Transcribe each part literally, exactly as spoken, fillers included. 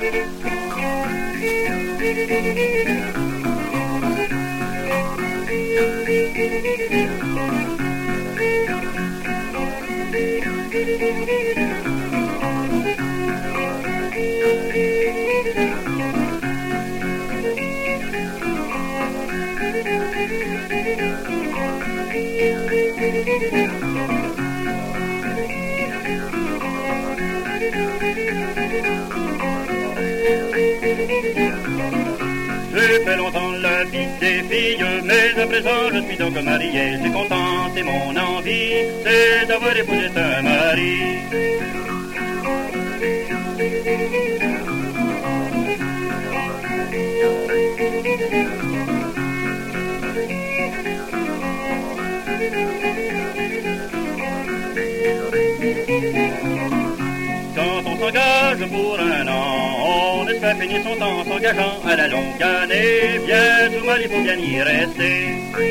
J'ai fait longtemps la vie des filles, mais à présent je suis donc marié. Je suis content, c'est mon envie, c'est d'avoir épousé un mari. Quand on s'engage pour un an, on espère finir son temps s'engageant à la longue année. Bien souvent il faut bien y rester.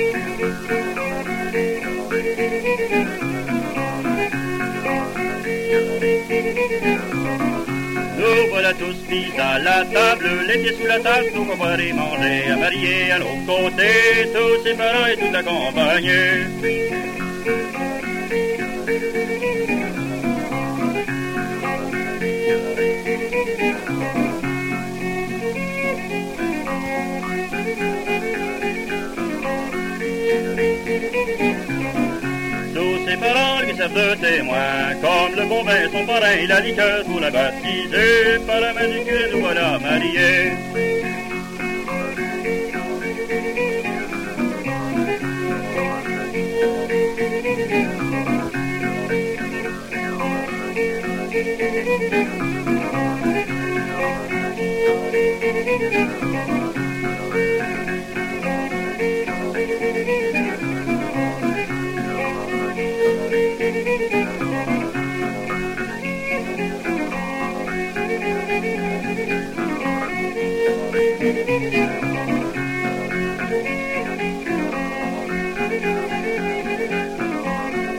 Nous voilà tous mis à la table, les pieds sous la table, nous qu'on va les manger, à marier à nos côtés, tous ses parents et toute la compagnie. Tous ses parents lui servent de témoin, comme le bon vin son parrain, la liqueur pour la baptiser, par la main du curé nous voilà mariés.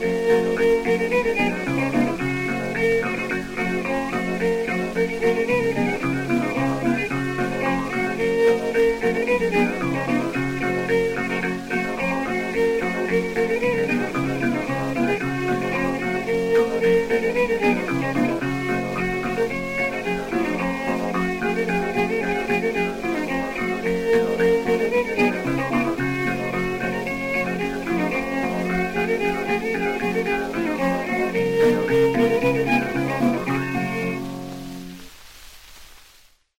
Thank you.